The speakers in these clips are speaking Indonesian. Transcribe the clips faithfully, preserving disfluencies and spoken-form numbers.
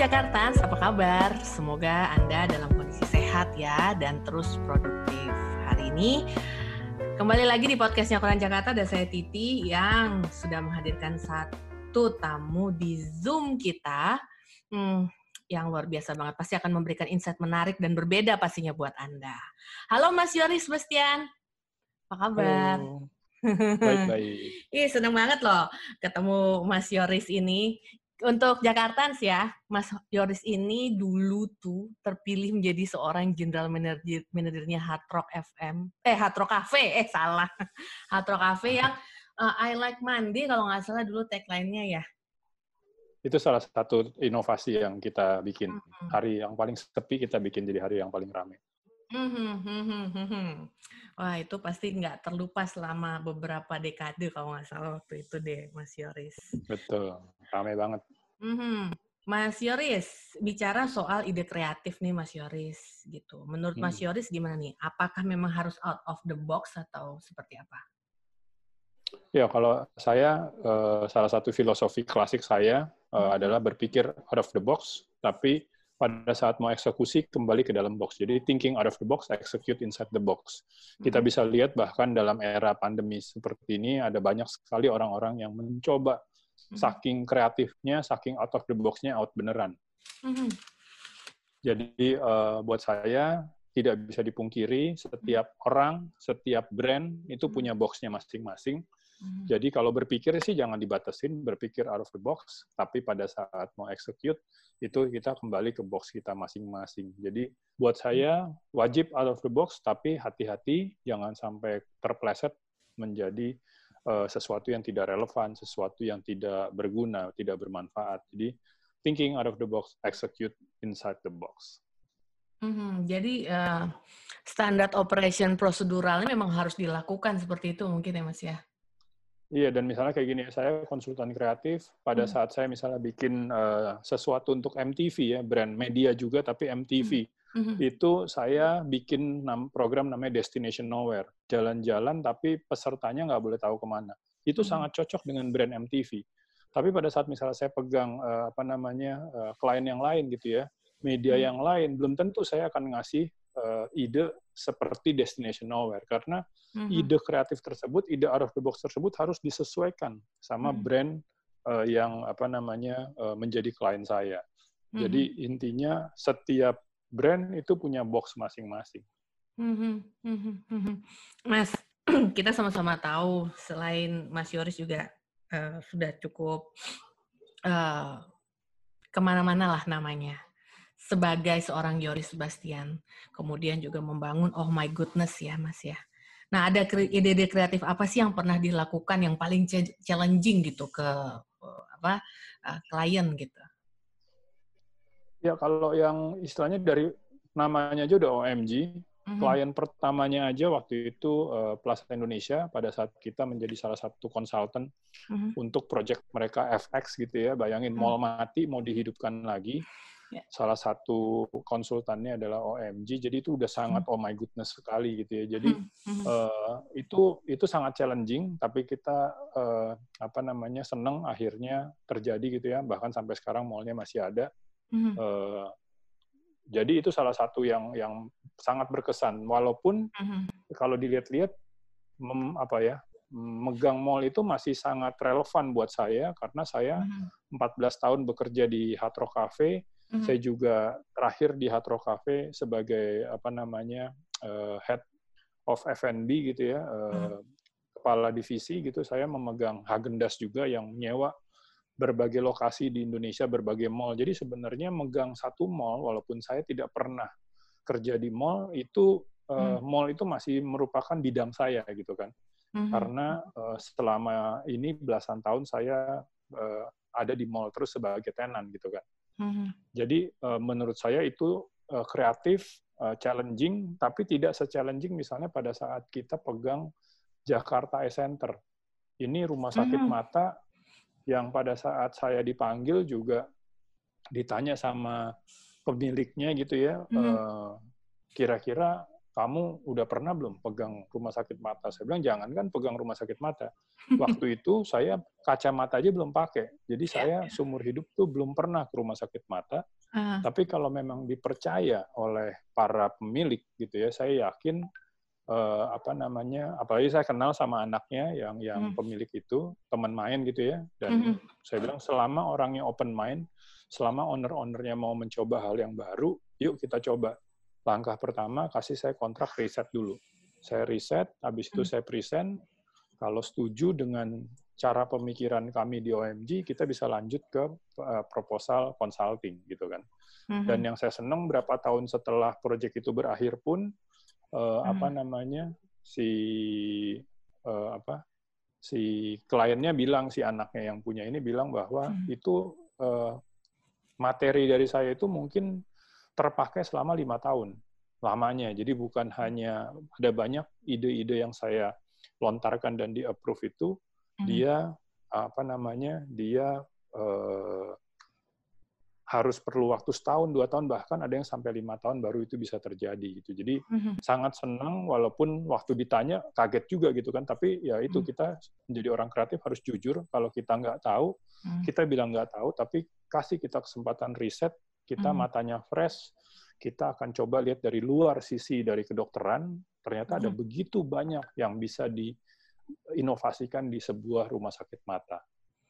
Jakartans, apa kabar? Semoga Anda dalam kondisi sehat ya dan terus produktif. Hari ini kembali lagi di podcastnya Koran Jakarta dan saya Titi yang sudah menghadirkan satu tamu di Zoom kita hmm, yang luar biasa banget. Pasti akan memberikan insight menarik dan berbeda pastinya buat Anda. Halo Mas Yoris Sebastian, apa kabar? Halo, baik-baik. Ih, seneng banget loh ketemu Mas Yoris ini. Untuk Jakartans ya, Mas Yoris ini dulu tuh terpilih menjadi seorang general manager manajernya Hard Rock F M, eh Hard Rock Cafe, eh salah, Hard Rock Cafe yang uh, I Like Monday kalau nggak salah dulu tagline-nya ya. Itu salah satu inovasi yang kita bikin. Hmm. Hari yang paling sepi kita bikin jadi hari yang paling ramai. Hmm, hmm, hmm, hmm. Wah, itu pasti nggak terlupa selama beberapa dekade kalau nggak salah waktu itu deh, Mas Yoris. Betul, ramai banget. Hmm. Mas Yoris, bicara soal ide kreatif nih Mas Yoris, gitu. Menurut Mas Hmm. Yoris gimana nih? Apakah memang harus out of the box atau seperti apa? Ya, kalau saya, uh, salah satu filosofi klasik saya uh, Hmm. adalah berpikir out of the box, tapi pada saat mau eksekusi kembali ke dalam box. Jadi thinking out of the box, execute inside the box. Kita bisa lihat bahkan dalam era pandemi seperti ini ada banyak sekali orang-orang yang mencoba saking kreatifnya, saking out of the box-nya out beneran. Hmm. Jadi uh, buat saya tidak bisa dipungkiri setiap orang, setiap brand itu punya box-nya masing-masing. Hmm. Jadi kalau berpikir sih jangan dibatasin, berpikir out of the box, tapi pada saat mau execute, itu kita kembali ke box kita masing-masing. Jadi buat saya wajib out of the box, tapi hati-hati jangan sampai terpleset menjadi uh, sesuatu yang tidak relevan, sesuatu yang tidak berguna, tidak bermanfaat. Jadi thinking out of the box, execute inside the box. Hmm. Jadi uh, standar operation proseduralnya memang harus dilakukan seperti itu mungkin ya Mas ya? Iya, dan misalnya kayak gini, saya konsultan kreatif, pada Hmm. saat saya misalnya bikin uh, sesuatu untuk M T V ya, brand media juga, tapi M T V. Hmm. Itu saya bikin program namanya Destination Nowhere. Jalan-jalan, tapi pesertanya nggak boleh tahu kemana. Itu Hmm. sangat cocok dengan brand M T V. Tapi pada saat misalnya saya pegang, uh, apa namanya, uh, klien yang lain gitu ya, media Hmm. yang lain, belum tentu saya akan ngasih uh, ide seperti Destination Nowhere. Karena Hmm. ide kreatif tersebut, ide out of the box tersebut harus disesuaikan sama Hmm. brand uh, yang apa namanya uh, menjadi klien saya. Hmm. Jadi intinya setiap brand itu punya box masing-masing. Hmm. Hmm. Mas, kita sama-sama tahu selain Mas Yoris juga uh, sudah cukup uh, kemana-mana lah namanya. Sebagai seorang Yoris Sebastian, kemudian juga membangun Oh My Goodness ya Mas ya. Nah, ada ide-ide kreatif apa sih yang pernah dilakukan yang paling challenging gitu ke uh, apa uh, klien gitu? Ya kalau yang istilahnya dari namanya aja udah O M G, mm-hmm. Klien pertamanya aja waktu itu uh, Plaza Indonesia pada saat kita menjadi salah satu konsultan mm-hmm. untuk project mereka F X gitu ya. Bayangin mm-hmm. mall mati mau dihidupkan lagi. Yeah. Salah satu konsultannya adalah O M G, jadi itu udah sangat mm-hmm. oh my goodness sekali gitu ya. Jadi mm-hmm. uh, itu itu sangat challenging, tapi kita uh, apa namanya seneng akhirnya terjadi gitu ya. Bahkan sampai sekarang mallnya masih ada. Mm-hmm. Uh, jadi itu salah satu yang yang sangat berkesan. Walaupun mm-hmm. kalau dilihat-lihat mem, apa ya megang mall itu masih sangat relevan buat saya karena saya mm-hmm. empat belas tahun bekerja di Hard Rock Cafe. Mm-hmm. Saya juga terakhir di Hard Rock Cafe sebagai apa namanya uh, head of F and B gitu ya, uh, mm-hmm. kepala divisi gitu. Saya memegang Häagen-Dazs juga yang nyewa berbagai lokasi di Indonesia, berbagai mall. Jadi sebenarnya megang satu mall, walaupun saya tidak pernah kerja di mall, itu uh, hmm. mall itu masih merupakan bidang saya gitu kan. Hmm. Karena uh, selama ini belasan tahun saya uh, ada di mall terus sebagai tenan gitu kan. Hmm. Jadi uh, menurut saya itu uh, kreatif, uh, challenging, tapi tidak se-challenging misalnya pada saat kita pegang Jakarta E-Center. Ini rumah sakit hmm. mata yang pada saat saya dipanggil juga ditanya sama pemiliknya gitu ya, hmm. uh, kira-kira kamu udah pernah belum pegang rumah sakit mata? Saya bilang, jangan kan pegang rumah sakit mata. Waktu itu saya kacamata aja belum pakai. Jadi saya seumur hidup tuh belum pernah ke rumah sakit mata. Uh. Tapi kalau memang dipercaya oleh para pemilik gitu ya, saya yakin eh, apa namanya, apalagi saya kenal sama anaknya yang yang hmm. pemilik itu, teman main gitu ya. Dan hmm. saya bilang selama orangnya open mind, selama owner-ownernya mau mencoba hal yang baru, yuk kita coba. Langkah pertama, kasih saya kontrak riset dulu. Saya riset, habis itu saya present. Kalau setuju dengan cara pemikiran kami di O M G, kita bisa lanjut ke uh, proposal consulting, gitu kan. Mm-hmm. Dan yang saya senang, berapa tahun setelah proyek itu berakhir pun, uh, mm-hmm. apa namanya, si uh, apa si kliennya bilang, si anaknya yang punya ini bilang bahwa mm-hmm. itu uh, materi dari saya itu mungkin terpakai selama lima tahun lamanya. Jadi bukan hanya ada banyak ide-ide yang saya lontarkan dan di-approve itu, mm-hmm. dia apa namanya, dia eh, harus perlu waktu setahun, dua tahun, bahkan ada yang sampai lima tahun baru itu bisa terjadi gitu. Jadi mm-hmm. sangat senang, walaupun waktu ditanya kaget juga gitu kan. Tapi ya itu, mm-hmm. kita menjadi orang kreatif harus jujur. Kalau kita nggak tahu, mm-hmm. kita bilang nggak tahu, tapi kasih kita kesempatan riset. Kita hmm. matanya fresh, kita akan coba lihat dari luar sisi dari kedokteran, ternyata ada hmm. begitu banyak yang bisa diinovasikan di sebuah rumah sakit mata.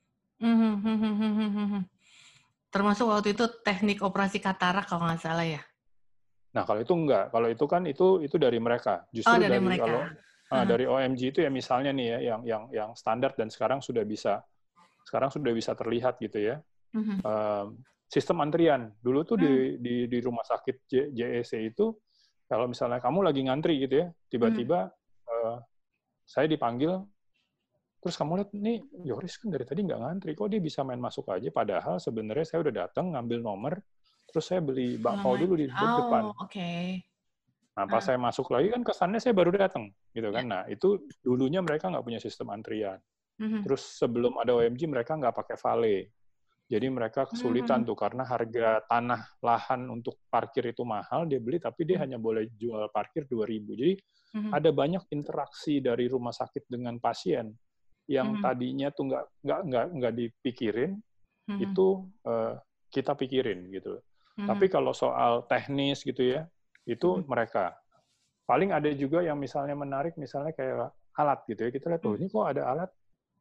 Hmm, hmm, hmm, hmm, hmm. Termasuk waktu itu teknik operasi katarak kalau nggak salah ya? Nah kalau itu enggak, kalau itu kan itu itu dari mereka. Justru oh, dari, dari mereka. kalau uh-huh. nah, dari O M G itu ya misalnya nih ya, yang yang yang standar dan sekarang sudah bisa sekarang sudah bisa terlihat gitu ya. Uh-huh. Um, Sistem antrian. Dulu tuh hmm. di, di di rumah sakit J E C itu, kalau misalnya kamu lagi ngantri gitu ya, tiba-tiba hmm. uh, saya dipanggil, terus kamu lihat, nih Yoris kan dari tadi nggak ngantri, kok dia bisa main masuk aja, padahal sebenarnya saya udah datang, ngambil nomor, terus saya beli bakpao dulu di oh, depan. Okay. Nah, pas uh. saya masuk lagi kan kesannya saya baru datang, gitu kan. Yeah. Nah, itu dulunya mereka nggak punya sistem antrian. Hmm. Terus sebelum ada O M G, mereka nggak pakai valet. Jadi mereka kesulitan tuh karena harga tanah lahan untuk parkir itu mahal, dia beli tapi dia hanya boleh jual parkir dua ribu. Jadi mm-hmm. ada banyak interaksi dari rumah sakit dengan pasien yang mm-hmm. tadinya tuh nggak nggak nggak nggak dipikirin, mm-hmm. itu uh, kita pikirin gitu. Mm-hmm. Tapi kalau soal teknis gitu ya, itu mm-hmm. mereka. Paling ada juga yang misalnya menarik, misalnya kayak alat gitu ya, kita lihat, oh ini kok ada alat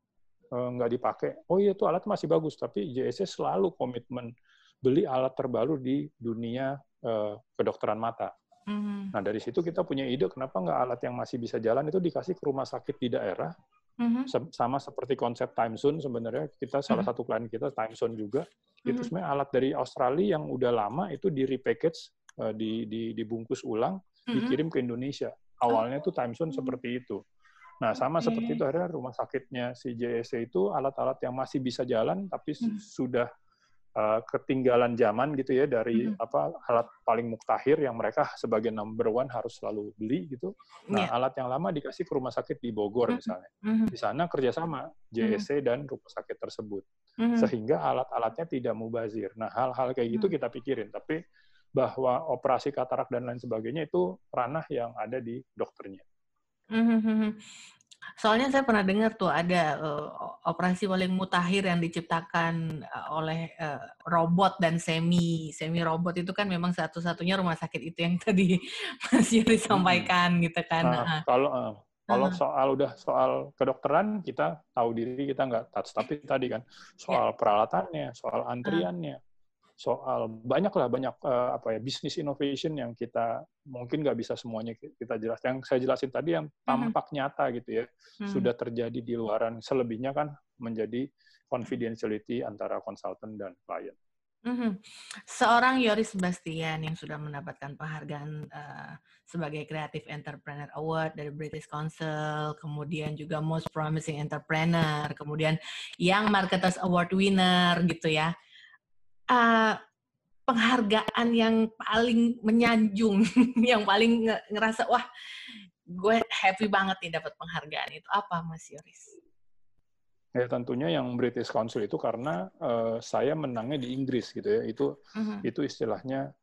nggak dipakai. Oh iya, itu alat masih bagus, tapi J S C selalu komitmen beli alat terbaru di dunia uh, kedokteran mata. Mm-hmm. Nah, dari situ kita punya ide, kenapa nggak alat yang masih bisa jalan itu dikasih ke rumah sakit di daerah, mm-hmm. sama seperti konsep Time Zone sebenarnya, kita salah mm-hmm. satu klien kita, Time Zone juga, mm-hmm. itu sebenarnya alat dari Australia yang udah lama, itu di repackage, uh, di, di, dibungkus ulang, mm-hmm. dikirim ke Indonesia. Awalnya itu Time Zone mm-hmm. seperti itu. Nah, sama okay. seperti itu, akhirnya rumah sakitnya si J S C itu alat-alat yang masih bisa jalan, tapi hmm. sudah uh, ketinggalan zaman gitu ya, dari hmm. apa alat paling muktahir yang mereka sebagai number one harus selalu beli gitu. Nah, yeah. alat yang lama dikasih ke rumah sakit di Bogor misalnya. Hmm. Di sana kerjasama J S C hmm. dan rumah sakit tersebut. Hmm. Sehingga alat-alatnya tidak mubazir. Nah, hal-hal kayak gitu hmm. kita pikirin. Tapi bahwa operasi katarak dan lain sebagainya itu ranah yang ada di dokternya. Soalnya saya pernah dengar tuh ada uh, operasi paling mutakhir yang diciptakan uh, oleh uh, robot dan semi semi robot itu kan memang satu-satunya rumah sakit itu yang tadi Mas Yuri sampaikan hmm. gitu kan. Nah, uh. Kalau uh, kalau uh-huh. soal udah soal kedokteran kita tahu diri, kita nggak touch, tapi tadi kan soal yeah. peralatannya, soal antriannya. Uh. Soal banyak lah banyak uh, apa ya business innovation yang kita mungkin nggak bisa semuanya kita jelas. Yang saya jelasin tadi yang tampak mm-hmm. nyata gitu ya mm-hmm. sudah terjadi di luaran. Selebihnya kan menjadi confidentiality antara konsultan dan klien. Mm-hmm. Seorang Yoris Sebastian yang sudah mendapatkan penghargaan uh, sebagai Creative Entrepreneur Award dari British Council, kemudian juga Most Promising Entrepreneur, kemudian Young Marketers Award winner gitu ya. Uh, penghargaan yang paling menyanjung, yang paling ngerasa, wah, gue happy banget nih dapat penghargaan itu apa, Mas Yoris? Ya tentunya yang British Council itu karena uh, saya menangnya di Inggris gitu ya, itu uh-huh. itu istilahnya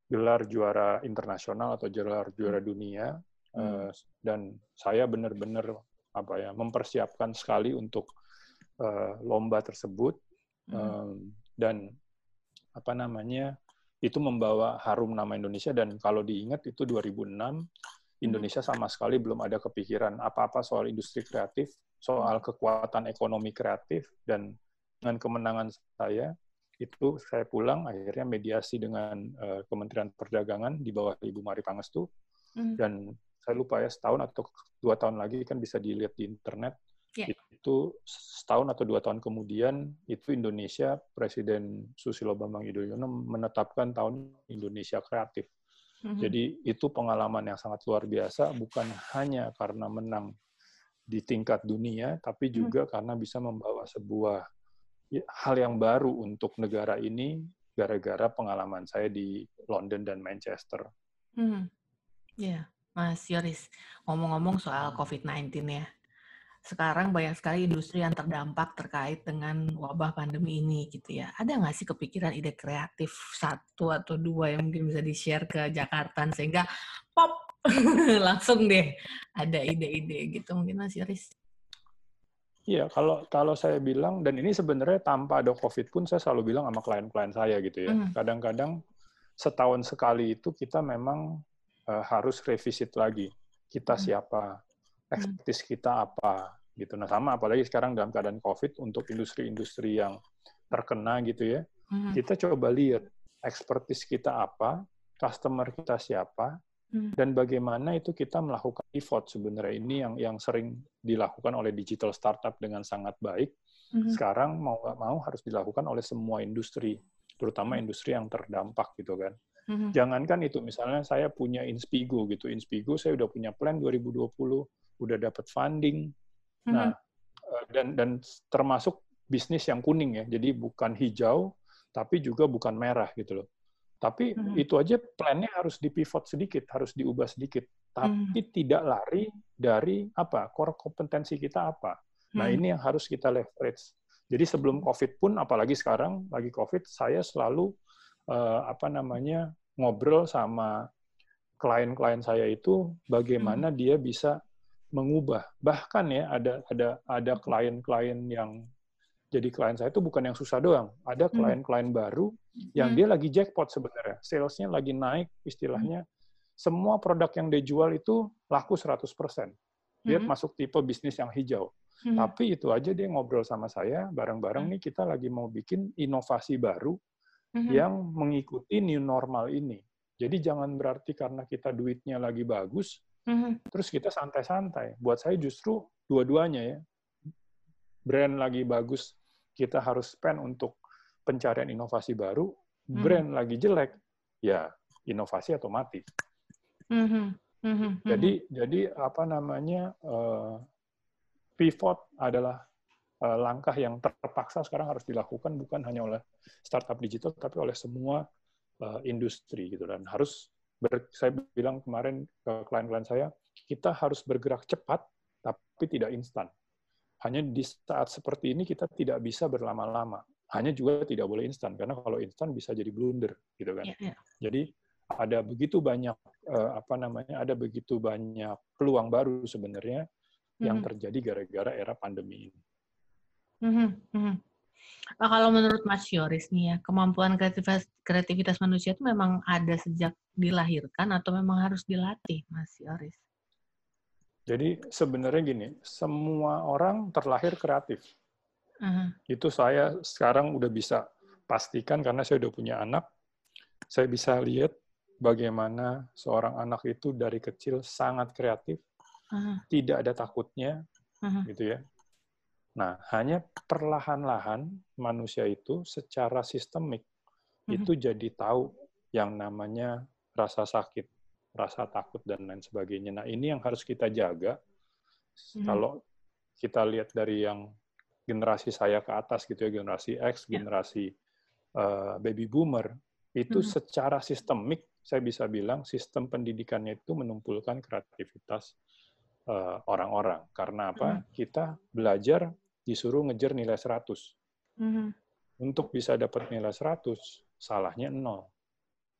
gelar juara internasional atau gelar juara dunia, hmm. uh, dan saya benar-benar apa ya mempersiapkan sekali untuk uh, lomba tersebut, hmm. um, dan apa namanya itu membawa harum nama Indonesia. Dan kalau diingat itu dua ribu enam Indonesia sama sekali belum ada kepikiran apa-apa soal industri kreatif, soal kekuatan ekonomi kreatif. Dan dengan kemenangan saya, itu saya pulang, akhirnya mediasi dengan uh, Kementerian Perdagangan di bawah Ibu Mari Pangestu, mm. dan saya lupa ya, setahun atau dua tahun lagi kan bisa dilihat di internet, yeah. itu setahun atau dua tahun kemudian, itu Indonesia, Presiden Susilo Bambang Yudhoyono menetapkan tahun Indonesia Kreatif. Mm-hmm. Jadi itu pengalaman yang sangat luar biasa, bukan hanya karena menang di tingkat dunia, tapi juga mm-hmm. karena bisa membawa sebuah hal yang baru untuk negara ini, gara-gara pengalaman saya di London dan Manchester. Hmm. Ya, yeah. Mas Yoris, ngomong-ngomong soal covid sembilan belas ya, sekarang banyak sekali industri yang terdampak terkait dengan wabah pandemi ini gitu ya. Ada nggak sih kepikiran ide kreatif satu atau dua yang mungkin bisa di-share ke Jakarta sehingga pop langsung deh ada ide-ide gitu mungkin Mas Yoris? Iya, kalau kalau saya bilang, dan ini sebenarnya tanpa ada COVID pun saya selalu bilang sama klien-klien saya gitu ya. Mm. Kadang-kadang setahun sekali itu kita memang uh, harus revisit lagi. Kita mm. siapa, expertise kita apa, gitu. Nah sama apalagi sekarang dalam keadaan COVID untuk industri-industri yang terkena gitu ya. Mm. Kita coba lihat expertise kita apa, customer kita siapa, dan bagaimana itu kita melakukan pivot sebenarnya. Ini yang yang sering dilakukan oleh digital startup dengan sangat baik. Mm-hmm. Sekarang mau nggak mau harus dilakukan oleh semua industri, terutama industri yang terdampak gitu kan. Mm-hmm. Jangankan itu, misalnya saya punya Inspigo gitu. Inspigo saya udah punya plan dua ribu dua puluh, udah dapat funding. Mm-hmm. Nah, dan dan termasuk bisnis yang kuning ya. Jadi bukan hijau, tapi juga bukan merah gitu loh. Tapi hmm. itu aja plannya harus dipivot sedikit, harus diubah sedikit. Tapi hmm. tidak lari dari apa, core kompetensi kita apa. Nah hmm. ini yang harus kita leverage. Jadi sebelum COVID pun, apalagi sekarang lagi COVID, saya selalu uh, apa namanya ngobrol sama klien-klien saya itu bagaimana hmm. dia bisa mengubah. Bahkan ya ada ada ada klien-klien yang jadi klien saya itu bukan yang susah doang. Ada klien-klien baru yang dia lagi jackpot sebenarnya. Sales-nya lagi naik, istilahnya. Semua produk yang dia jual itu laku seratus persen. Dia mm-hmm. masuk tipe bisnis yang hijau. Mm-hmm. Tapi itu aja dia ngobrol sama saya, bareng-bareng mm-hmm. nih kita lagi mau bikin inovasi baru mm-hmm. yang mengikuti new normal ini. Jadi jangan berarti karena kita duitnya lagi bagus, mm-hmm. terus kita santai-santai. Buat saya justru dua-duanya ya. Brand lagi bagus, kita harus spend untuk pencarian inovasi baru. Brand mm-hmm. lagi jelek, ya inovasi atau mati. Mm-hmm. Mm-hmm. Jadi, jadi apa namanya uh, pivot adalah uh, langkah yang terpaksa sekarang harus dilakukan bukan hanya oleh startup digital, tapi oleh semua uh, industri gitu. Dan harus ber, saya bilang kemarin ke klien-klien saya, kita harus bergerak cepat, tapi tidak instan. Hanya di saat seperti ini kita tidak bisa berlama-lama. Hanya juga tidak boleh instan, karena kalau instan bisa jadi blunder, gitu kan. Yeah, yeah. Jadi ada begitu banyak uh, apa namanya, ada begitu banyak peluang baru sebenarnya mm-hmm. yang terjadi gara-gara era pandemi ini. Mm-hmm. Nah, kalau menurut Mas Yoris nih ya, kemampuan kreativitas, kreativitas manusia itu memang ada sejak dilahirkan atau memang harus dilatih, Mas Yoris? Jadi sebenarnya gini, semua orang terlahir kreatif. Uh-huh. Itu saya sekarang udah bisa pastikan karena saya udah punya anak. Saya bisa lihat bagaimana seorang anak itu dari kecil sangat kreatif, uh-huh. tidak ada takutnya, uh-huh. gitu ya. Nah, hanya perlahan-lahan manusia itu secara sistemik uh-huh. itu jadi tahu yang namanya rasa sakit, rasa takut, dan lain sebagainya. Nah, ini yang harus kita jaga. Hmm. Kalau kita lihat dari yang generasi saya ke atas, gitu ya, generasi X, yeah. generasi uh, baby boomer, itu hmm. secara sistemik, saya bisa bilang, sistem pendidikannya itu menumpulkan kreativitas uh, orang-orang. Karena apa? Hmm. Kita belajar disuruh ngejar nilai seratus. Hmm. Untuk bisa dapat nilai seratus, salahnya nol.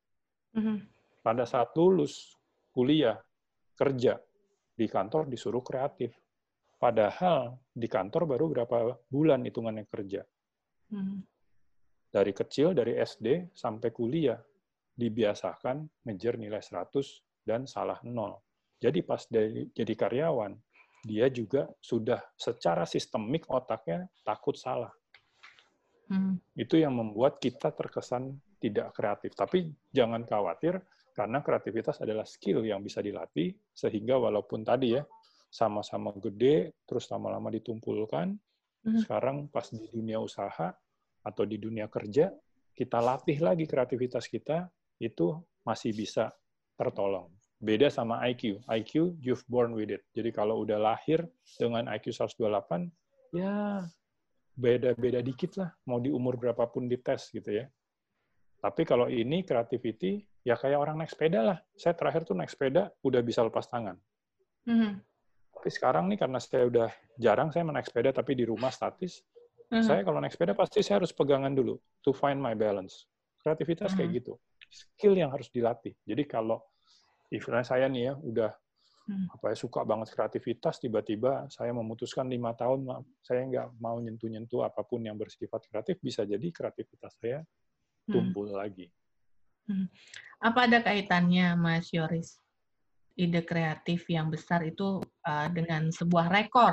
Mm-hmm. Pada saat lulus kuliah, kerja, di kantor disuruh kreatif. Padahal di kantor baru berapa bulan hitungannya kerja. Mm-hmm. Dari kecil, dari S D sampai kuliah, dibiasakan ngejar nilai seratus dan salah nol. Jadi pas dari, jadi karyawan, dia juga sudah secara sistemik otaknya takut salah. Hmm. Itu yang membuat kita terkesan tidak kreatif. Tapi jangan khawatir, karena kreativitas adalah skill yang bisa dilatih, sehingga walaupun tadi ya, sama-sama gede, terus lama-lama ditumpulkan, hmm. sekarang pas di dunia usaha atau di dunia kerja, kita latih lagi kreativitas kita, itu masih bisa tertolong. Beda sama I Q. I Q, you've born with it. Jadi kalau udah lahir dengan I Q seratus dua puluh delapan, ya beda-beda dikit lah, mau di umur berapapun dites gitu ya. Tapi kalau ini creativity, ya kayak orang naik sepeda lah. Saya terakhir tuh naik sepeda, udah bisa lepas tangan. Mm-hmm. Tapi sekarang nih, karena saya udah jarang saya naik sepeda, tapi di rumah statis, mm-hmm. saya kalau naik sepeda pasti saya harus pegangan dulu, to find my balance. Kreativitas mm-hmm. kayak gitu. Skill yang harus dilatih. Jadi kalau, istilahnya saya nih ya, udah apa ya, suka banget kreativitas, tiba-tiba saya memutuskan lima tahun saya nggak mau nyentuh-nyentuh apapun yang bersifat kreatif, bisa jadi kreativitas saya tumpul hmm. lagi. Hmm. Apa ada kaitannya, Mas Yoris, ide kreatif yang besar itu uh, dengan sebuah rekor?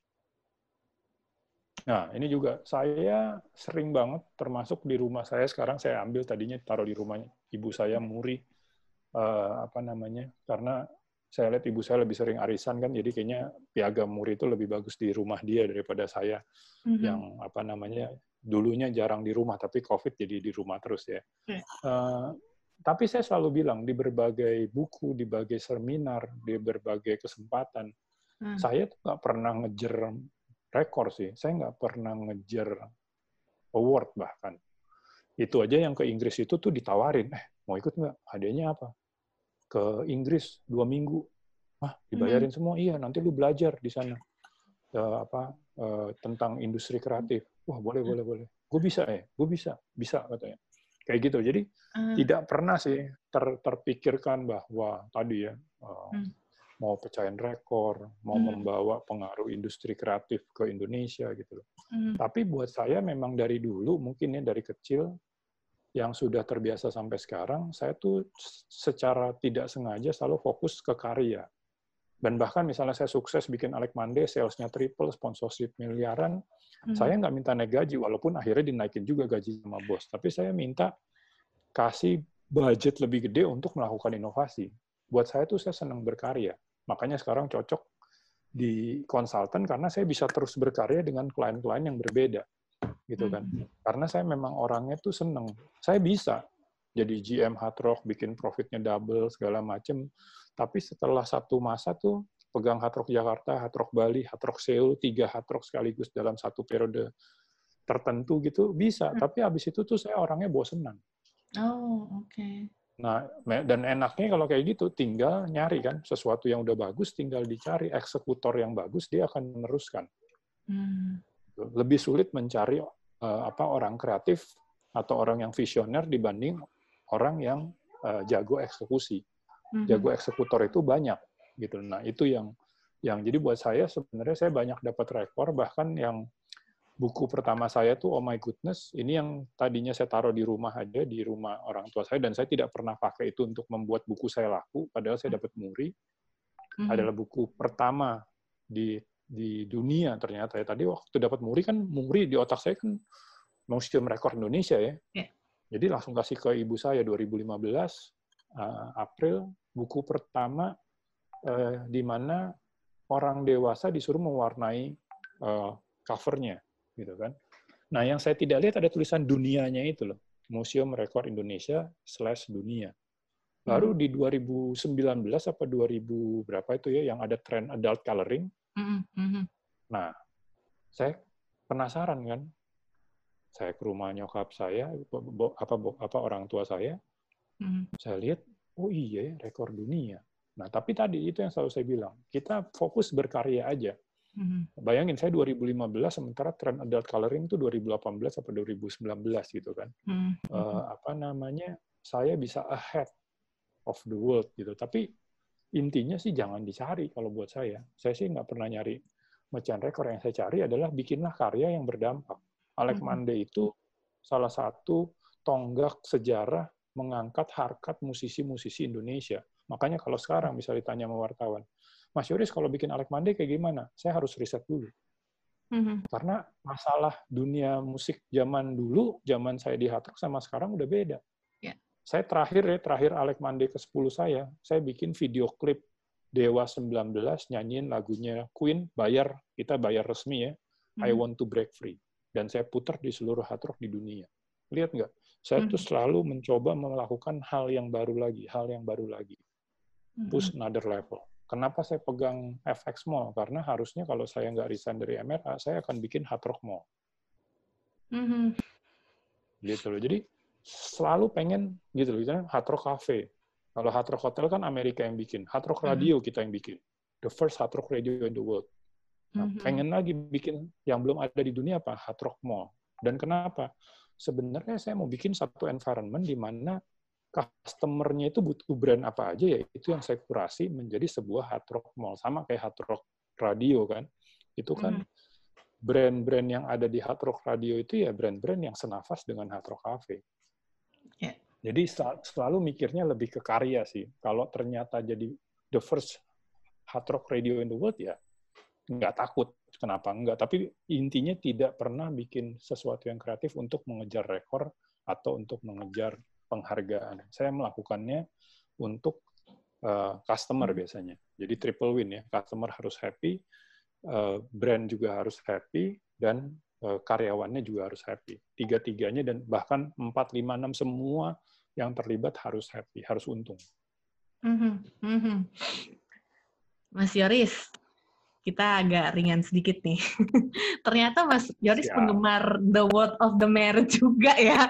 Nah, ini juga saya sering banget, termasuk di rumah saya sekarang, saya ambil tadinya taruh di rumahnya ibu saya, Muri, uh, apa namanya, karena saya lihat ibu saya lebih sering arisan kan, jadi kayaknya piagam Muri itu lebih bagus di rumah dia daripada saya mm-hmm. yang apa namanya dulunya jarang di rumah, tapi COVID jadi di rumah terus ya. Mm. Uh, tapi saya selalu bilang di berbagai buku, di berbagai seminar, di berbagai kesempatan, mm. saya tuh nggak pernah ngejar rekor sih, saya nggak pernah ngejar award bahkan. Itu aja yang ke Inggris itu tuh ditawarin, eh mau ikut nggak? Hadiahnya apa? Ke Inggris dua minggu, ah dibayarin hmm. semua, iya nanti lu belajar di sana uh, apa uh, tentang industri kreatif, wah boleh boleh boleh, gue bisa ya, gue bisa bisa katanya, kayak gitu. Jadi uh. tidak pernah sih ter, terpikirkan bahwa tadi ya uh, hmm. mau pecahin rekor, mau hmm. membawa pengaruh industri kreatif ke Indonesia gitu loh. Hmm. Tapi buat saya memang dari dulu mungkin ya dari kecil yang sudah terbiasa sampai sekarang, saya tuh secara tidak sengaja selalu fokus ke karya. Dan bahkan misalnya saya sukses bikin Alec Mande, sales-nya triple, sponsorship miliaran, hmm. saya nggak minta naik gaji, walaupun akhirnya dinaikin juga gaji sama bos. Tapi saya minta kasih budget lebih gede untuk melakukan inovasi. Buat saya tuh saya senang berkarya. Makanya sekarang cocok di konsultan, karena saya bisa terus berkarya dengan klien-klien yang berbeda. Gitu kan, karena saya memang orangnya tuh seneng, saya bisa jadi G M Hard Rock, bikin profitnya double segala macem, tapi setelah satu masa tuh pegang Hard Rock Jakarta, Hard Rock Bali, Hard Rock Seoul, tiga Hard Rock sekaligus dalam satu periode tertentu gitu bisa, hmm. tapi habis itu tuh saya orangnya bosenan. Oh, oke. Okay. Nah, dan enaknya kalau kayak gitu tinggal nyari kan sesuatu yang udah bagus, tinggal dicari eksekutor yang bagus, dia akan meneruskan. Hmm. Lebih sulit mencari uh, apa orang kreatif atau orang yang visioner dibanding orang yang uh, jago eksekusi. Mm-hmm. Jago eksekutor itu banyak gitu. Nah, itu yang yang jadi buat saya sebenarnya saya banyak dapat rekor, bahkan yang buku pertama saya tuh Oh My Goodness, ini yang tadinya saya taruh di rumah aja, di rumah orang tua saya, dan saya tidak pernah pakai itu untuk membuat buku saya laku, padahal saya dapat Muri. Mm-hmm. Adalah buku pertama di di dunia ternyata ya. Tadi waktu dapat Muri kan, Muri di otak saya kan Museum Rekor Indonesia ya. Yeah. Jadi langsung kasih ke ibu saya dua ribu lima belas uh, April, buku pertama uh, di mana orang dewasa disuruh mewarnai uh, covernya gitu kan. Nah, yang saya tidak lihat ada tulisan dunianya itu loh. Museum Rekor Indonesia slash dunia. Baru hmm. di dua ribu sembilan belas apa dua ribu berapa itu ya yang ada tren adult coloring. Mm-hmm. Nah, saya penasaran kan, saya ke rumah nyokap saya, apa apa orang tua saya, mm-hmm. saya lihat, oh iya ya, rekor dunia. Nah, tapi tadi itu yang selalu saya bilang, kita fokus berkarya aja. Mm-hmm. Bayangin, saya dua ribu lima belas, sementara tren adult coloring itu dua ribu delapan belas atau dua ribu sembilan belas gitu kan. Mm-hmm. Uh, apa namanya, saya bisa ahead of the world gitu. Tapi intinya sih jangan dicari kalau buat saya. Saya sih nggak pernah nyari merchant record. Yang saya cari adalah bikinlah karya yang berdampak. Alec Mande itu salah satu tonggak sejarah mengangkat harkat musisi-musisi Indonesia. Makanya kalau sekarang bisa ditanya sama wartawan, Mas Yoris kalau bikin Alec Mande kayak gimana? Saya harus riset dulu. Mm-hmm. Karena masalah dunia musik zaman dulu, zaman saya di Hard Rock sama sekarang udah beda. Yeah. Saya terakhir ya, terakhir Alec Mande ke sepuluh saya, saya bikin video klip Dewa sembilan belas nyanyiin lagunya Queen, bayar, kita bayar resmi ya, mm-hmm. I Want to Break Free. Dan saya putar di seluruh Hard Rock di dunia. Lihat nggak? Saya mm-hmm. tuh selalu mencoba melakukan hal yang baru lagi, hal yang baru lagi. Push mm-hmm. another level. Kenapa saya pegang F X Mall? Karena harusnya kalau saya nggak resign dari M R A, saya akan bikin Hard Rock Mall. Mm-hmm. Gitu loh. Jadi selalu pengen gitu loh. Misalnya Hard Rock Cafe. Kalau Hard Rock Hotel kan Amerika yang bikin. Hard Rock Radio mm-hmm. kita yang bikin. The first Hard Rock Radio in the world. Nah, mm-hmm. pengen lagi bikin yang belum ada di dunia apa? Hard Rock Mall. Dan kenapa? Sebenarnya saya mau bikin satu environment di mana customer-nya itu butuh brand apa aja, ya itu yang saya kurasi menjadi sebuah Hard Rock Mall. Sama kayak Hard Rock Radio kan. Itu kan mm-hmm. brand-brand yang ada di Hard Rock Radio itu ya brand-brand yang senafas dengan Hard Rock Cafe. Yeah. Jadi selalu mikirnya lebih ke karya sih. Kalau ternyata jadi the first Hard Rock Radio in the world, ya nggak takut. Kenapa enggak? Tapi intinya tidak pernah bikin sesuatu yang kreatif untuk mengejar rekor atau untuk mengejar penghargaan. Saya melakukannya untuk uh, customer biasanya. Jadi triple win ya. Customer harus happy, uh, brand juga harus happy, dan uh, karyawannya juga harus happy. Tiga-tiganya dan bahkan empat, lima, enam semua yang terlibat harus happy, harus untung. Mm-hmm. Mm-hmm. Mas Yoris, kita agak ringan sedikit nih. Ternyata Mas Yoris Siap. penggemar The World of the Married juga ya.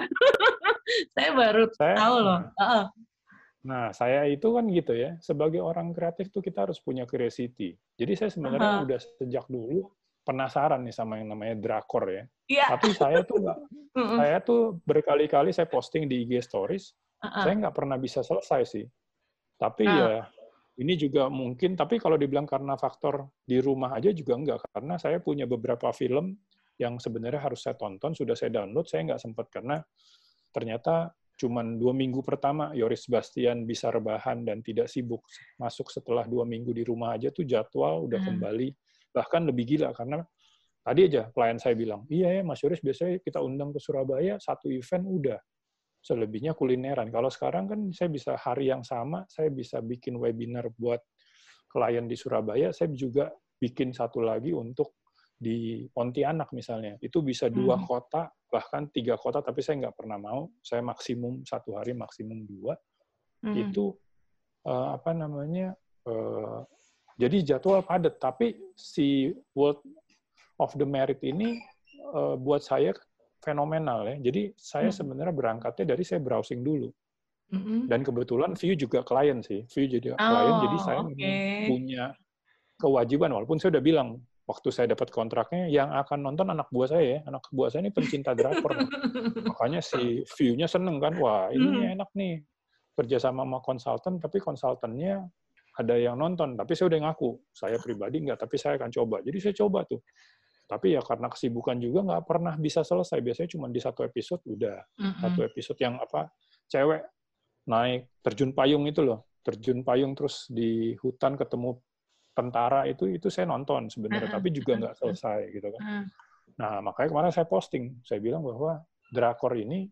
Saya baru saya, tahu loh. Nah, uh-uh. nah, saya itu kan gitu ya. Sebagai orang kreatif tuh kita harus punya curiosity. Jadi saya sebenarnya uh-huh. udah sejak dulu penasaran nih sama yang namanya drakor ya. Yeah. Tapi saya tuh nggak, uh-uh. saya tuh berkali-kali saya posting di I G Stories. Uh-uh. Saya nggak pernah bisa selesai sih. Tapi uh. ya ini juga mungkin, tapi kalau dibilang karena faktor di rumah aja juga enggak, karena saya punya beberapa film yang sebenarnya harus saya tonton, sudah saya download, saya nggak sempat karena ternyata cuman dua minggu pertama Yoris Bastian bisa rebahan dan tidak sibuk. Masuk setelah dua minggu di rumah aja tuh jadwal udah hmm. kembali, bahkan lebih gila, karena tadi aja klien saya bilang, iya ya Mas Yoris biasanya kita undang ke Surabaya, satu event udah. Selebihnya kulineran. Kalau sekarang kan saya bisa hari yang sama, saya bisa bikin webinar buat klien di Surabaya, saya juga bikin satu lagi untuk di Pontianak misalnya. Itu bisa dua hmm. kota, bahkan tiga kota, tapi saya nggak pernah mau. Saya maksimum satu hari, maksimum dua. Hmm. Itu uh, apa namanya? Uh, jadi jadwal padat. Tapi si World of the Married ini uh, buat saya fenomenal ya. Jadi saya hmm. sebenarnya berangkatnya dari saya browsing dulu. Mm-hmm. Dan kebetulan View juga klien sih. View jadi oh, klien, jadi saya okay. punya kewajiban. Walaupun saya udah bilang, waktu saya dapat kontraknya, yang akan nonton anak buah saya ya. Anak buah saya ini pencinta drakor. Makanya si View-nya seneng kan. Wah, ini mm. enak nih. Kerja sama sama konsultan, tapi konsultannya ada yang nonton. Tapi saya udah ngaku. Saya pribadi nggak, tapi saya akan coba. Jadi saya coba tuh. Tapi ya karena kesibukan juga nggak pernah bisa selesai. Biasanya cuma di satu episode udah. Mm-hmm. Satu episode yang apa, cewek naik terjun payung itu loh. Terjun payung terus di hutan ketemu tentara itu, itu saya nonton sebenarnya. Mm-hmm. Tapi juga nggak selesai gitu kan. Mm-hmm. Nah, makanya kemarin saya posting. Saya bilang bahwa drakor ini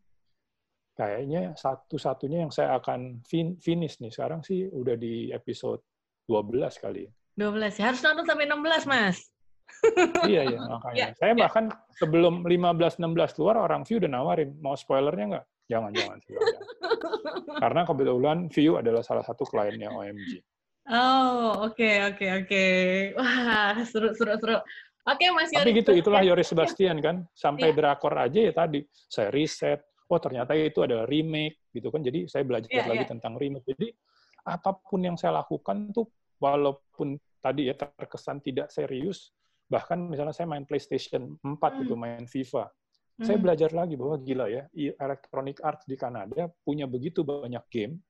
kayaknya satu-satunya yang saya akan fin- finish nih. Sekarang sih udah di episode dua belas kali. dua belas ya? Harus nonton sampai enam belas, Mas. Iya, iya, makanya. Ya, saya ya. bahkan sebelum lima belas enam belas keluar, orang View udah nawarin, mau spoilernya nggak? Jangan, jangan. jangan. Karena kebetulan View adalah salah satu kliennya O M G. Oh, oke, okay, oke, okay, oke. Okay. Wah, seru, seru, seru. Oke, okay, Mas Yoris. Tapi gitu, itulah Yoris Sebastian kan. Sampai ya. drakor aja ya tadi. Saya riset, oh ternyata itu adalah remake, gitu kan. Jadi saya belajar ya, lagi ya. tentang remake. Jadi apapun yang saya lakukan tuh, walaupun tadi ya terkesan tidak serius, bahkan misalnya saya main PlayStation empat hmm. gitu, main FIFA. Hmm. Saya belajar lagi bahwa gila ya, Electronic Arts di Kanada punya begitu banyak game,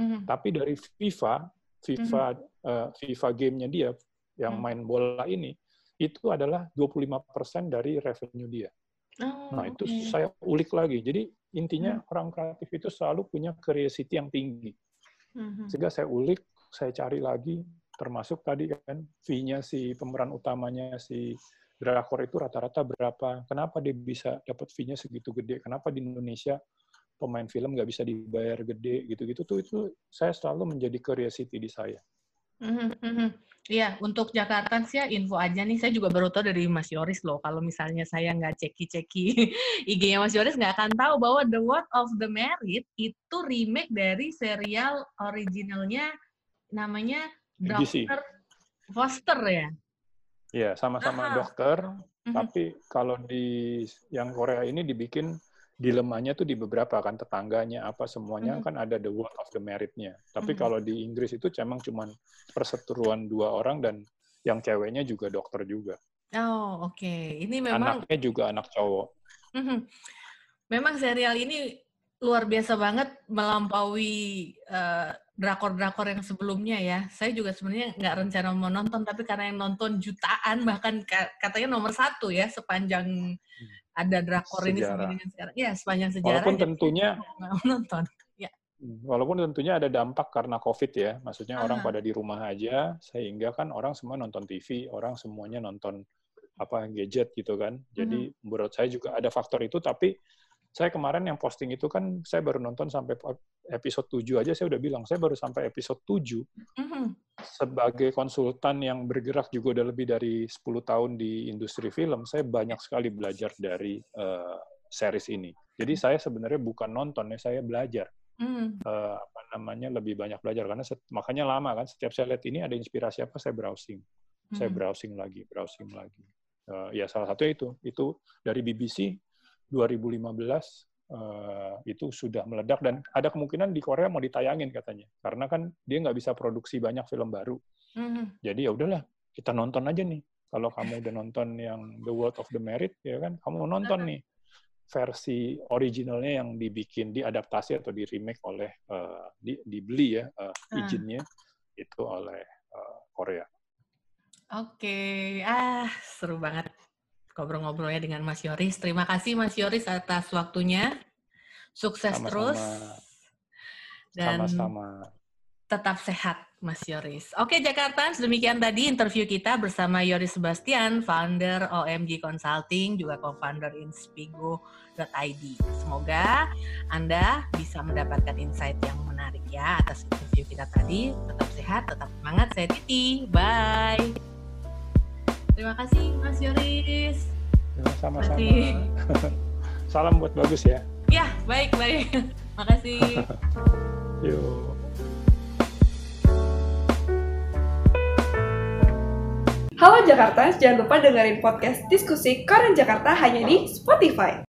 Mm-hmm. Tapi dari FIFA, FIFA, mm-hmm. uh, FIFA game-nya dia, yang mm-hmm. main bola ini, itu adalah dua puluh lima persen dari revenue dia. Oh, nah, itu okay. saya ulik lagi. Jadi, intinya mm-hmm. orang kreatif itu selalu punya curiosity yang tinggi. Mm-hmm. Sehingga saya ulik, saya cari lagi, termasuk tadi kan, fee-nya si pemeran utamanya, si drakor itu rata-rata berapa, kenapa dia bisa dapat fee-nya segitu gede, kenapa di Indonesia pemain film nggak bisa dibayar gede, gitu-gitu tuh, itu saya selalu menjadi curiosity di saya. Mm-hmm. Iya, untuk Jakarta sih ya info aja nih, saya juga baru tahu dari Mas Yoris loh, kalau misalnya saya nggak ceki-ceki I G-nya Mas Yoris, nggak akan tahu bahwa The World of the Married itu remake dari serial originalnya namanya dokter Foster ya? Iya, sama-sama Aha. dokter, mm-hmm. tapi kalau di yang Korea ini dibikin dilemanya tuh di beberapa kan, tetangganya apa semuanya mm-hmm. kan ada The World of the Married-nya. Tapi mm-hmm. kalau di Inggris itu memang cuma perseteruan dua orang dan yang ceweknya juga dokter juga. Oh, oke. Okay. Ini memang anaknya juga anak cowok. Mm-hmm. Memang serial ini luar biasa banget, melampaui uh, drakor-drakor yang sebelumnya ya. Saya juga sebenarnya nggak rencana mau nonton, tapi karena yang nonton jutaan, bahkan katanya nomor satu ya sepanjang ada drakor sejarah. Ini sampai dengan sekarang. Ya, sepanjang sejarah. Walaupun tentunya nggak nonton. Ya. Walaupun tentunya ada dampak karena COVID ya. Maksudnya Aha. orang pada di rumah aja, sehingga kan orang semua nonton T V, orang semuanya nonton apa gadget gitu kan. Jadi mm-hmm. menurut saya juga ada faktor itu, tapi saya kemarin yang posting itu kan, saya baru nonton sampai episode tujuh aja, saya udah bilang, saya baru sampai episode tujuh. Mm-hmm. Sebagai konsultan yang bergerak juga udah lebih dari sepuluh tahun di industri film, saya banyak sekali belajar dari uh, series ini. Jadi saya sebenarnya bukan nonton, ya, saya belajar. Mm-hmm. Uh, apa namanya, lebih banyak belajar. Karena set, makanya lama kan, setiap saya lihat ini ada inspirasi apa, saya browsing. Mm-hmm. Saya browsing lagi, browsing lagi. Uh, ya salah satunya itu, itu dari B B C, dua ribu lima belas uh, itu sudah meledak dan ada kemungkinan di Korea mau ditayangin katanya karena kan dia nggak bisa produksi banyak film baru. Mm-hmm. Jadi ya udahlah kita nonton aja nih. Kalau kamu udah nonton yang The World of the Married ya kan, kamu nonton nih versi originalnya yang dibikin, diadaptasi atau di remake oleh uh, di, dibeli ya uh, izinnya uh. itu oleh uh, Korea. Oke, okay. ah seru banget ngobrol-ngobrolnya dengan Mas Yoris. Terima kasih Mas Yoris atas waktunya. Sukses sama-sama. Terus. Dan sama-sama. Tetap sehat Mas Yoris. Oke Jakarta, demikian tadi interview kita bersama Yoris Sebastian, founder O M G Consulting, juga co-founder Inspigo dot I D. Semoga Anda bisa mendapatkan insight yang menarik ya atas interview kita tadi. Tetap sehat, tetap semangat. Saya Titi. Bye. Terima kasih Mas Yoris. Sama-sama. Salam buat Bagus ya. Ya, baik-baik. Makasih. Yuk. Halo Jakarta, jangan lupa dengerin podcast Diskusi Korean Jakarta hanya di Spotify.